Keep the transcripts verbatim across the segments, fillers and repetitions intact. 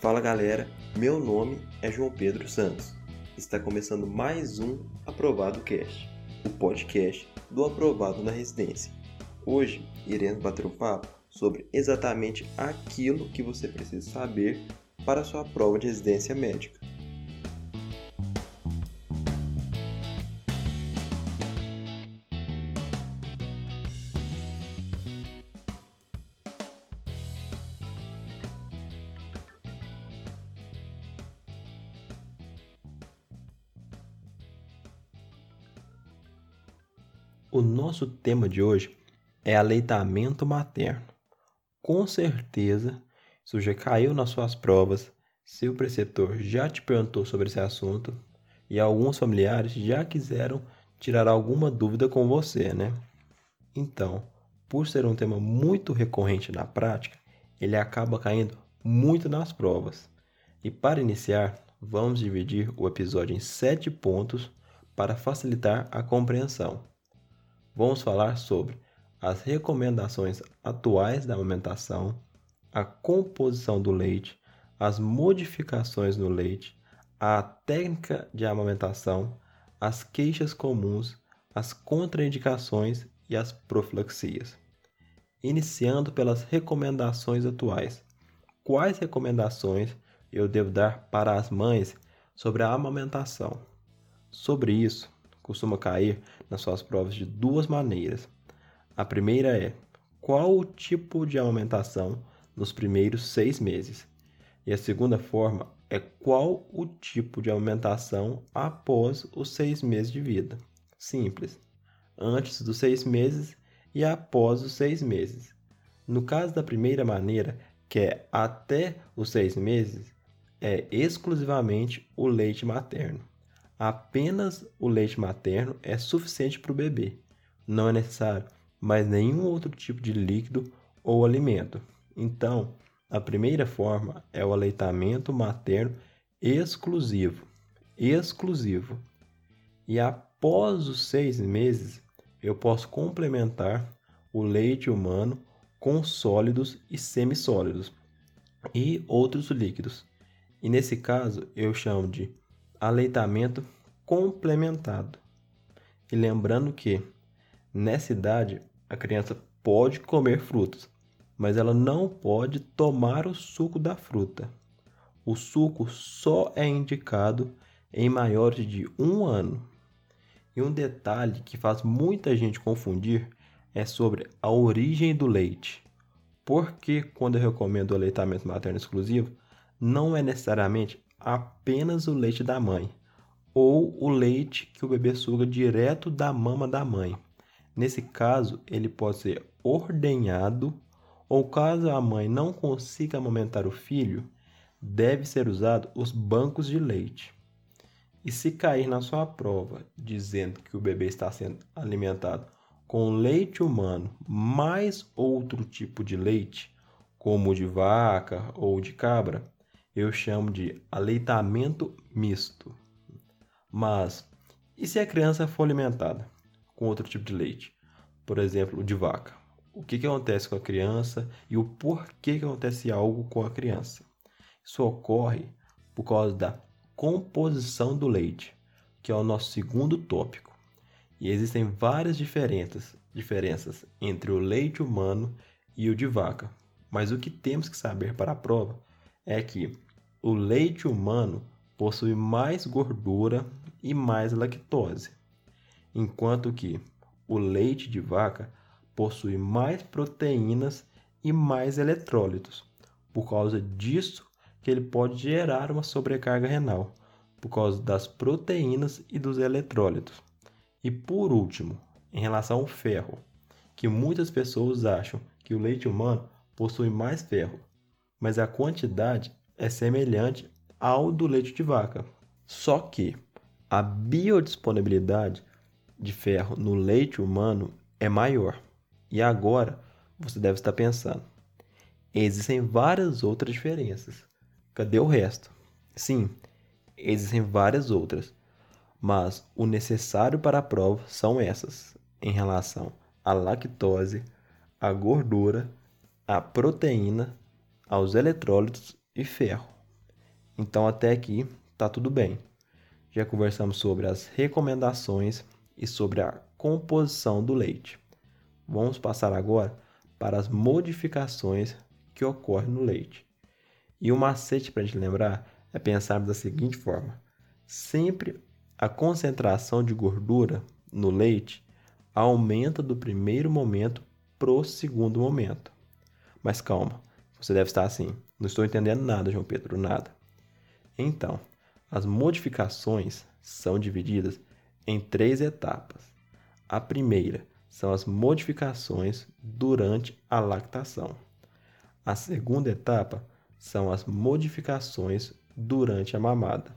Fala galera, meu nome é João Pedro Santos. Está começando mais um Aprovado Cast, o podcast do Aprovado na Residência. Hoje iremos bater um papo sobre exatamente aquilo que você precisa saber para a sua prova de residência médica. O nosso tema de hoje é aleitamento materno. Com certeza, isso já caiu nas suas provas, seu preceptor já te perguntou sobre esse assunto e alguns familiares já quiseram tirar alguma dúvida com você, né? Então, por ser um tema muito recorrente na prática, ele acaba caindo muito nas provas. E para iniciar, vamos dividir o episódio em sete pontos para facilitar a compreensão. Vamos falar sobre as recomendações atuais da amamentação, a composição do leite, as modificações no leite, a técnica de amamentação, as queixas comuns, as contraindicações e as profilaxias. Iniciando pelas recomendações atuais. Quais recomendações eu devo dar para as mães sobre a amamentação? Sobre isso, costuma cair nas suas provas de duas maneiras. A primeira é: qual o tipo de amamentação nos primeiros seis meses? E a segunda forma é: qual o tipo de amamentação após os seis meses de vida? Simples. Antes dos seis meses e após os seis meses. No caso da primeira maneira, que é até os seis meses, é exclusivamente o leite materno. Apenas o leite materno é suficiente para o bebê. Não é necessário mais nenhum outro tipo de líquido ou alimento. Então, a primeira forma é o aleitamento materno exclusivo. Exclusivo. E após os seis meses, eu posso complementar o leite humano com sólidos e semissólidos e outros líquidos. E nesse caso, eu chamo de aleitamento complementado. E lembrando que, nessa idade, a criança pode comer frutas, mas ela não pode tomar o suco da fruta. O suco só é indicado em maiores de um ano. E um detalhe que faz muita gente confundir é sobre a origem do leite. Porque quando eu recomendo o aleitamento materno exclusivo, não é necessariamente apenas o leite da mãe, ou o leite que o bebê suga direto da mama da mãe. Nesse caso, ele pode ser ordenhado, ou caso a mãe não consiga amamentar o filho, deve ser usado os bancos de leite. E se cair na sua prova dizendo que o bebê está sendo alimentado com leite humano mais outro tipo de leite, como o de vaca ou de cabra, eu chamo de aleitamento misto. Mas, e se a criança for alimentada com outro tipo de leite? Por exemplo, o de vaca. O que, que acontece com a criança e o porquê que acontece algo com a criança? Isso ocorre por causa da composição do leite, que é o nosso segundo tópico. E existem várias diferenças, diferenças entre o leite humano e o de vaca. Mas o que temos que saber para a prova é que o leite humano possui mais gordura e mais lactose, enquanto que o leite de vaca possui mais proteínas e mais eletrólitos. Por causa disso que ele pode gerar uma sobrecarga renal, por causa das proteínas e dos eletrólitos. E por último, em relação ao ferro, que muitas pessoas acham que o leite humano possui mais ferro, mas a quantidade é semelhante ao do leite de vaca. Só que a biodisponibilidade de ferro no leite humano é maior. E agora você deve estar pensando: existem várias outras diferenças. Cadê o resto? Sim, existem várias outras, mas o necessário para a prova são essas, em relação à lactose, à gordura, à proteína, aos eletrólitos e ferro. Então, até aqui, tá tudo bem. Já conversamos sobre as recomendações e sobre a composição do leite. Vamos passar agora para as modificações que ocorrem no leite. E o macete para a gente lembrar é pensar da seguinte forma: sempre a concentração de gordura no leite aumenta do primeiro momento para o segundo momento. Mas calma, você deve estar assim: não estou entendendo nada, João Pedro, nada. Então, as modificações são divididas em três etapas. A primeira são as modificações durante a lactação. A segunda etapa são as modificações durante a mamada.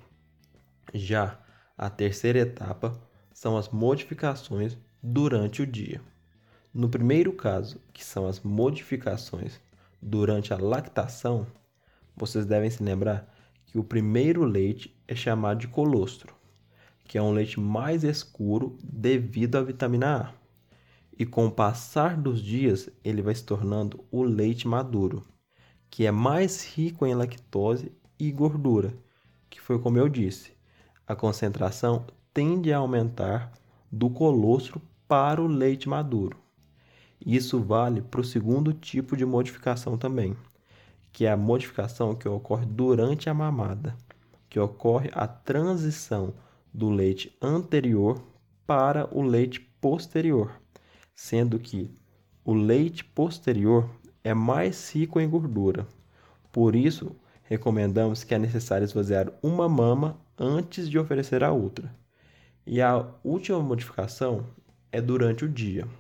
Já a terceira etapa são as modificações durante o dia. No primeiro caso, que são as modificações durante a lactação, vocês devem se lembrar que o primeiro leite é chamado de colostro, que é um leite mais escuro devido à vitamina A. E com o passar dos dias, ele vai se tornando o leite maduro, que é mais rico em lactose e gordura, que foi como eu disse, a concentração tende a aumentar do colostro para o leite maduro. Isso vale para o segundo tipo de modificação também, que é a modificação que ocorre durante a mamada, que ocorre a transição do leite anterior para o leite posterior, sendo que o leite posterior é mais rico em gordura. Por isso, recomendamos que é necessário esvaziar uma mama antes de oferecer a outra. E a última modificação é durante o dia.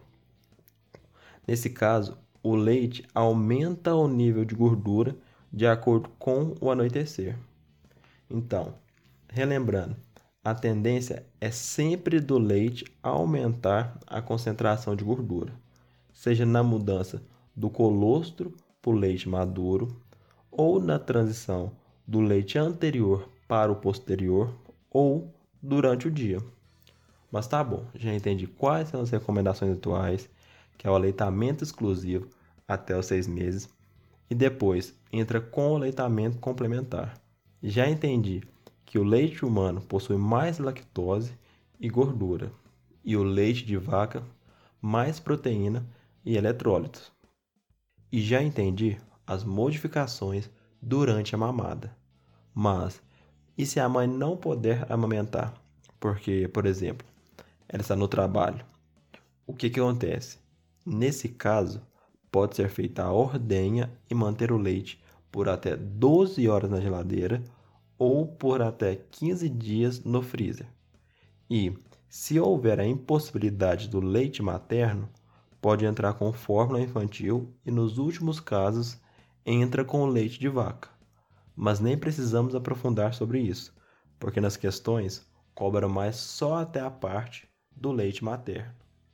Nesse caso, o leite aumenta o nível de gordura de acordo com o anoitecer. Então, relembrando, a tendência é sempre do leite aumentar a concentração de gordura, seja na mudança do colostro para o leite maduro, ou na transição do leite anterior para o posterior, ou durante o dia. Mas tá bom, já entendi quais são as recomendações atuais, que é o aleitamento exclusivo até os seis meses, e depois entra com o aleitamento complementar. Já entendi que o leite humano possui mais lactose e gordura, e o leite de vaca mais proteína e eletrólitos. E já entendi as modificações durante a mamada. Mas, e se a mãe não puder amamentar? Porque, por exemplo, ela está no trabalho. O que que acontece? Nesse caso, pode ser feita a ordenha e manter o leite por até doze horas na geladeira ou por até quinze dias no freezer. E, se houver a impossibilidade do leite materno, pode entrar com fórmula infantil e, nos últimos casos, entra com o leite de vaca. Mas nem precisamos aprofundar sobre isso, porque nas questões cobram mais só até a parte do leite materno.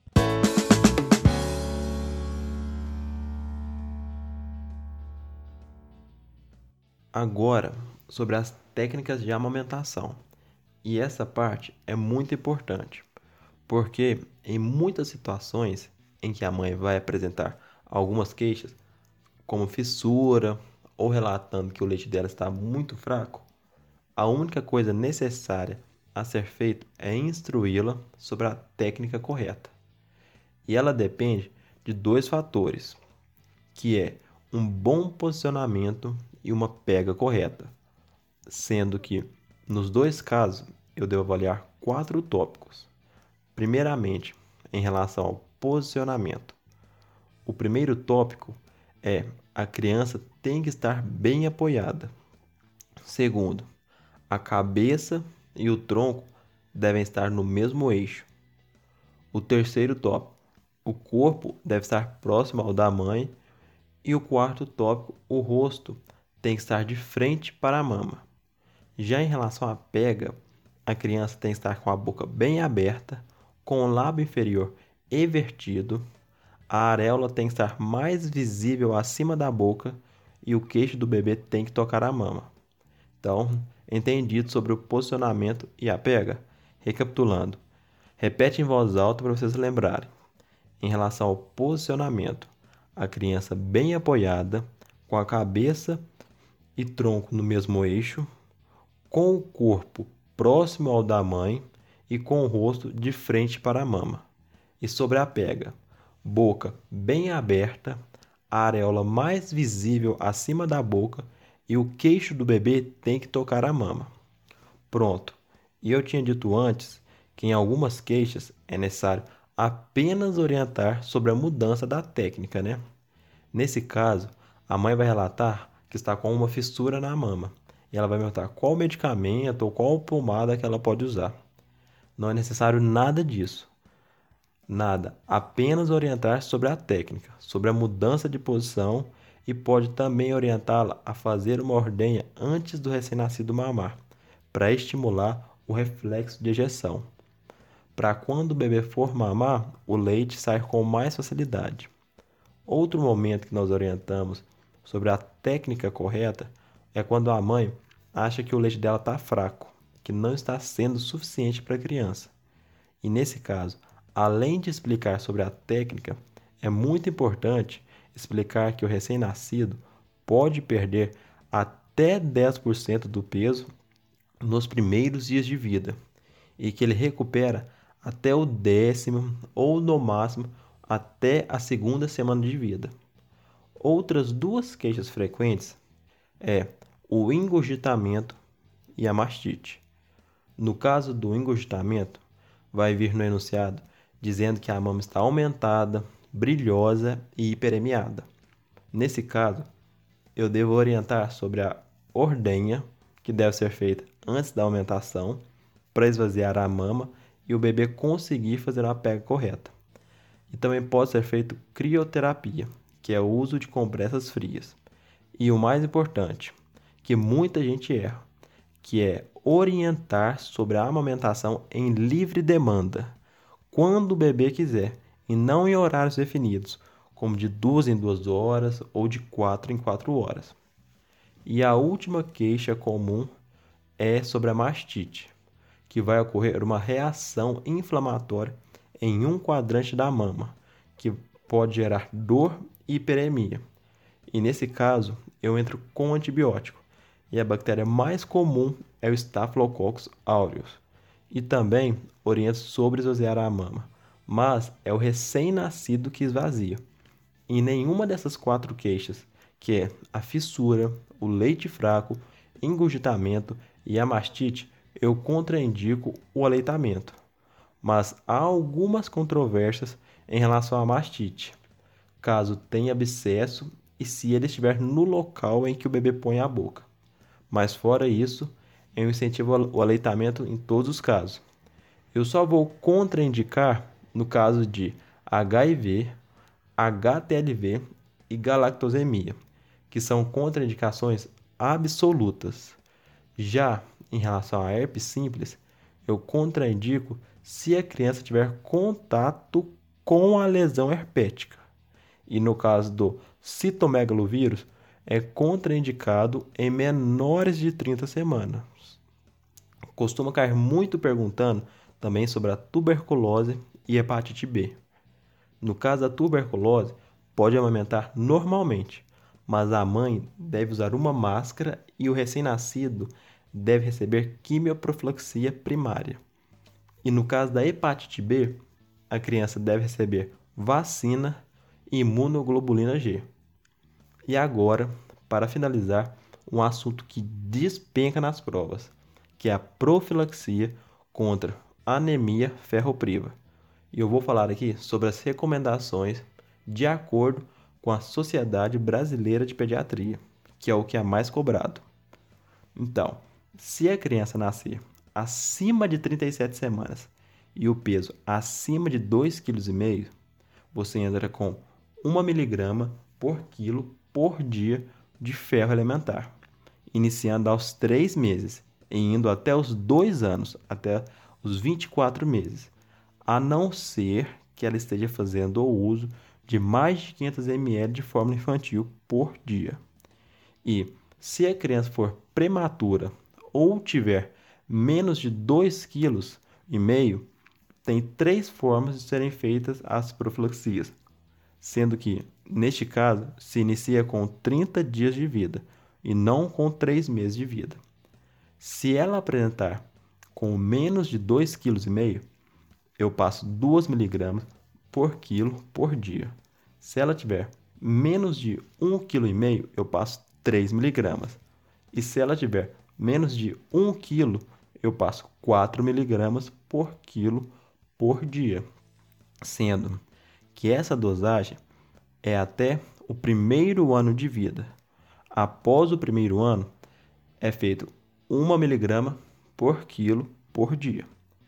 Agora, sobre as técnicas de amamentação. E essa parte é muito importante, porque em muitas situações em que a mãe vai apresentar algumas queixas, como fissura ou relatando que o leite dela está muito fraco, a única coisa necessária a ser feita é instruí-la sobre a técnica correta. E ela depende de dois fatores, que é um bom posicionamento e uma pega correta, sendo que, nos dois casos, eu devo avaliar quatro tópicos. Primeiramente, em relação ao posicionamento. O primeiro tópico é: a criança tem que estar bem apoiada. Segundo, a cabeça e o tronco devem estar no mesmo eixo. O terceiro tópico: o corpo deve estar próximo ao da mãe. E o quarto tópico: o rosto tem que estar de frente para a mama. Já em relação à pega, a criança tem que estar com a boca bem aberta, com o lábio inferior evertido, a areola tem que estar mais visível acima da boca e o queixo do bebê tem que tocar a mama. Então, entendido sobre o posicionamento e a pega? Recapitulando, repete em voz alta para vocês lembrarem. Em relação ao posicionamento, a criança bem apoiada, com a cabeça e tronco no mesmo eixo. com o corpo próximo ao da mãe e com o rosto de frente para a mama. E sobre a pega, boca bem aberta, a areola mais visível acima da boca e o queixo do bebê tem que tocar a mama. Pronto. E eu tinha dito antes que em algumas queixas é necessário apenas orientar sobre a mudança da técnica, né? Nesse caso, a mãe vai relatar que está com uma fissura na mama e ela vai perguntar qual medicamento ou qual pomada que ela pode usar. Não é necessário nada disso. Nada, apenas orientar sobre a técnica, sobre a mudança de posição e pode também orientá-la a fazer uma ordenha antes do recém-nascido mamar, para estimular o reflexo de ejeção. Para quando o bebê for mamar, o leite sai com mais facilidade. Outro momento que nós orientamos sobre a técnica correta é quando a mãe acha que o leite dela está fraco, que não está sendo suficiente para a criança. E nesse caso, além de explicar sobre a técnica, é muito importante explicar que o recém-nascido pode perder até dez por cento do peso nos primeiros dias de vida e que ele recupera até o décimo ou no máximo até a segunda semana de vida. Outras duas queixas frequentes é o engurgitamento e a mastite. No caso do engurgitamento, vai vir no enunciado dizendo que a mama está aumentada, brilhosa e hiperemiada. Nesse caso, eu devo orientar sobre a ordenha, que deve ser feita antes da aumentação, para esvaziar a mama e o bebê conseguir fazer a pega correta. E também pode ser feito crioterapia, que é o uso de compressas frias. E o mais importante, que muita gente erra, que é orientar sobre a amamentação em livre demanda, quando o bebê quiser, e não em horários definidos, como de duas em duas horas ou de quatro em quatro horas. E a última queixa comum é sobre a mastite, que vai ocorrer uma reação inflamatória em um quadrante da mama, que pode gerar dor e hiperemia. E nesse caso, eu entro com antibiótico, e a bactéria mais comum é o Staphylococcus aureus. E também oriento sobre esvaziar a mama, mas é o recém-nascido que esvazia. E nenhuma dessas quatro queixas, que é a fissura, o leite fraco, engurgitamento e a mastite, eu contraindico o aleitamento. Mas há algumas controvérsias em relação à mastite, caso tenha abscesso e se ele estiver no local em que o bebê põe a boca. Mas fora isso, eu incentivo o aleitamento em todos os casos. Eu só vou contraindicar no caso de H I V, H T L V e galactosemia, que são contraindicações absolutas. Já em relação a herpes simples, eu contraindico se a criança tiver contato com a lesão herpética. E no caso do citomegalovírus, é contraindicado em menores de trinta semanas. Costuma cair muito perguntando também sobre a tuberculose e hepatite B. No caso da tuberculose, pode amamentar normalmente, mas a mãe deve usar uma máscara e o recém-nascido deve receber quimioprofilaxia primária. E no caso da hepatite B, a criança deve receber vacina e imunoglobulina G. E agora, para finalizar, um assunto que despenca nas provas, que é a profilaxia contra anemia ferropriva. E eu vou falar aqui sobre as recomendações de acordo com a Sociedade Brasileira de Pediatria, que é o que é mais cobrado. Então, se a criança nascer acima de trinta e sete semanas e o peso acima de dois vírgula cinco quilos, você entra com um miligrama por quilo por dia de ferro elementar, iniciando aos três meses e indo até os dois anos, até os vinte e quatro meses, a não ser que ela esteja fazendo o uso de mais de quinhentos mililitros de fórmula infantil por dia. E se a criança for prematura ou tiver menos de dois vírgula cinco quilos, tem três formas de serem feitas as profilaxias, sendo que, neste caso, se inicia com trinta dias de vida e não com três meses de vida. Se ela apresentar com menos de dois vírgula cinco quilos, eu passo duas miligramas por quilo por dia. Se ela tiver menos de um vírgula cinco quilos, eu passo três miligramas. E se ela tiver menos de um quilo, eu passo quatro miligramas por quilo por dia. Sendo que essa dosagem é até o primeiro ano de vida. Após o primeiro ano, é feito uma miligrama por quilo por dia.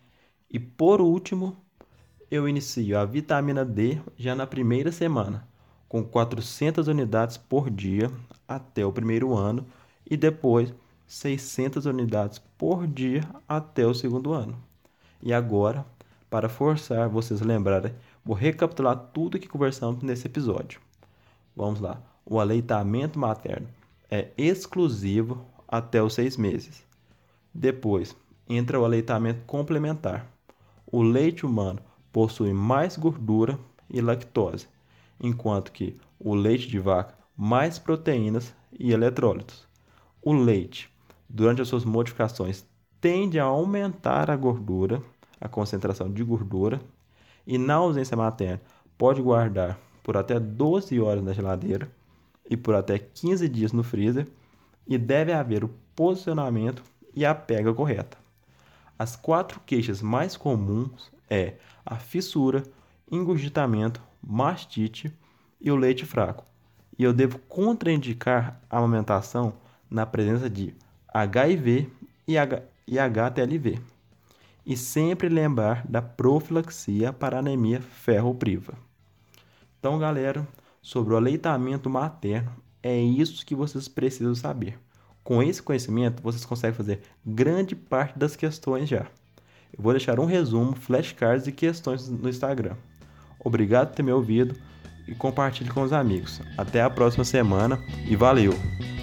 E por último, eu inicio a vitamina D já na primeira semana, com quatrocentas unidades por dia até o primeiro ano e depois seiscentas unidades por dia até o segundo ano. E agora, para forçar vocês a lembrarem, vou recapitular tudo que conversamos nesse episódio. Vamos lá. O aleitamento materno é exclusivo até os seis meses. Depois, entra o aleitamento complementar. O leite humano possui mais gordura e lactose, enquanto que o leite de vaca mais proteínas e eletrólitos. O leite, durante as suas modificações, tende a aumentar a gordura, a concentração de gordura, e na ausência materna pode guardar por até doze horas na geladeira e por até quinze dias no freezer, e deve haver o posicionamento e a pega correta. As quatro queixas mais comuns é a fissura, engurgitamento, mastite e o leite fraco. E eu devo contraindicar a amamentação na presença de H I V e H T L V. E sempre lembrar da profilaxia para anemia ferropriva. Então, galera, sobre o aleitamento materno, é isso que vocês precisam saber. Com esse conhecimento, vocês conseguem fazer grande parte das questões já. Eu vou deixar um resumo, flashcards e questões no Instagram. Obrigado por ter me ouvido e compartilhe com os amigos. Até a próxima semana e valeu!